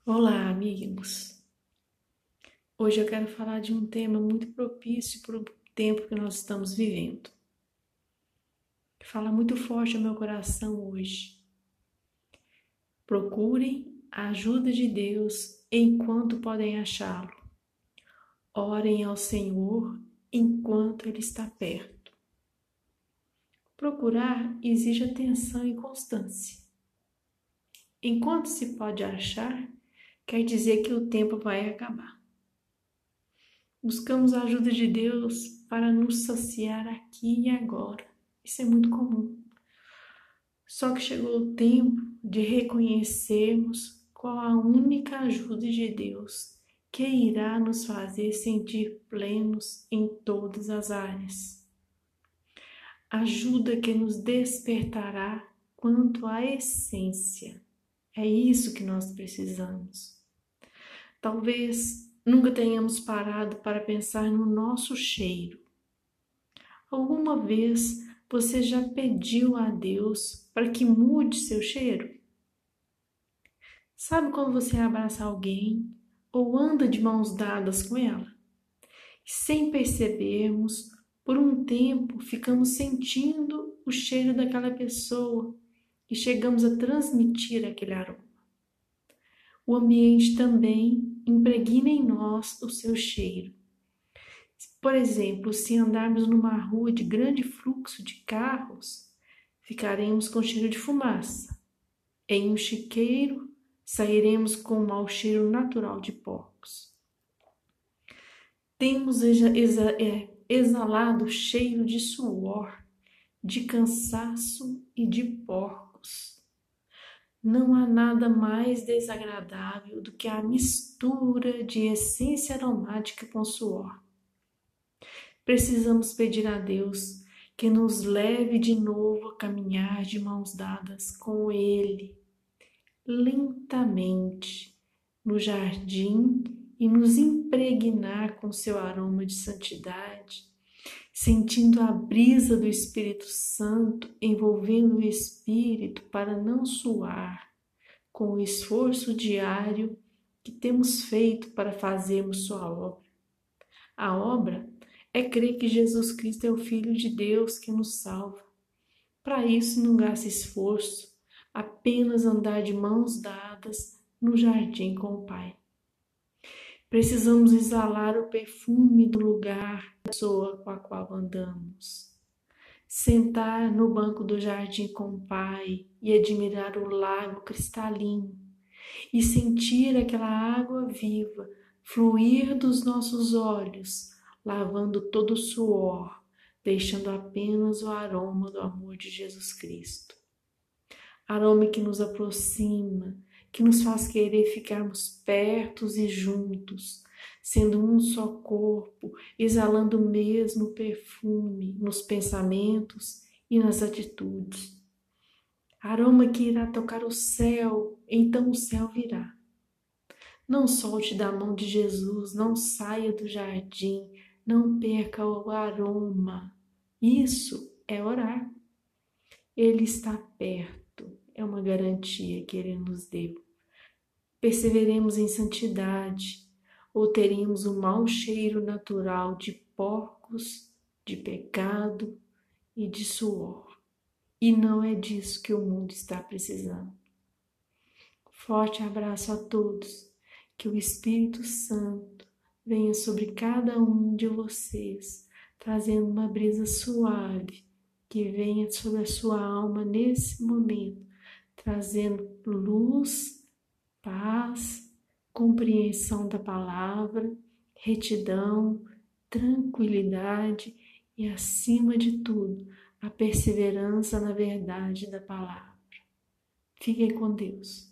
Olá, amigos! Hoje eu quero falar de um tema muito propício para o tempo que nós estamos vivendo. Fala muito forte ao meu coração hoje. Procurem a ajuda de Deus enquanto podem achá-lo. Orem ao Senhor enquanto Ele está perto. Procurar exige atenção e constância. Enquanto se pode achar, quer dizer que o tempo vai acabar. Buscamos a ajuda de Deus para nos saciar aqui e agora. Isso é muito comum. Só que chegou o tempo de reconhecermos qual a única ajuda de Deus que irá nos fazer sentir plenos em todas as áreas. Ajuda que nos despertará quanto à essência. É isso que nós precisamos. Talvez nunca tenhamos parado para pensar no nosso cheiro. Alguma vez você já pediu a Deus para que mude seu cheiro? Sabe quando você abraça alguém ou anda de mãos dadas com ela? Sem percebermos, por um tempo ficamos sentindo o cheiro daquela pessoa e chegamos a transmitir aquele aroma. O ambiente também impregna em nós o seu cheiro. Por exemplo, se andarmos numa rua de grande fluxo de carros, ficaremos com cheiro de fumaça. Em um chiqueiro, sairemos com um mau cheiro natural de porcos. Temos exalado cheiro de suor, de cansaço e de porcos. Não há nada mais desagradável do que a mistura de essência aromática com suor. Precisamos pedir a Deus que nos leve de novo a caminhar de mãos dadas com Ele, lentamente, no jardim e nos impregnar com seu aroma de santidade, sentindo a brisa do Espírito Santo envolvendo o Espírito para não suar, com o esforço diário que temos feito para fazermos sua obra. A obra é crer que Jesus Cristo é o Filho de Deus que nos salva. Para isso, não gasta esforço, apenas andar de mãos dadas no jardim com o Pai. Precisamos exalar o perfume do lugar da pessoa com a qual andamos. Sentar no banco do jardim com o Pai e admirar o lago cristalino e sentir aquela água viva fluir dos nossos olhos, lavando todo o suor, deixando apenas o aroma do amor de Jesus Cristo. Aroma que nos aproxima, que nos faz querer ficarmos pertos e juntos, sendo um só corpo, exalando o mesmo perfume nos pensamentos e nas atitudes. Aroma que irá tocar o céu, então o céu virá. Não solte da mão de Jesus, não saia do jardim, não perca o aroma. Isso é orar. Ele está perto, é uma garantia que Ele nos deu. Perseveremos em santidade, ou teremos o mau cheiro natural de porcos, de pecado e de suor. E não é disso que o mundo está precisando. Forte abraço a todos. Que o Espírito Santo venha sobre cada um de vocês, trazendo uma brisa suave, que venha sobre a sua alma nesse momento, trazendo luz, paz, compreensão da palavra, retidão, tranquilidade e, acima de tudo, a perseverança na verdade da palavra. Fiquem com Deus.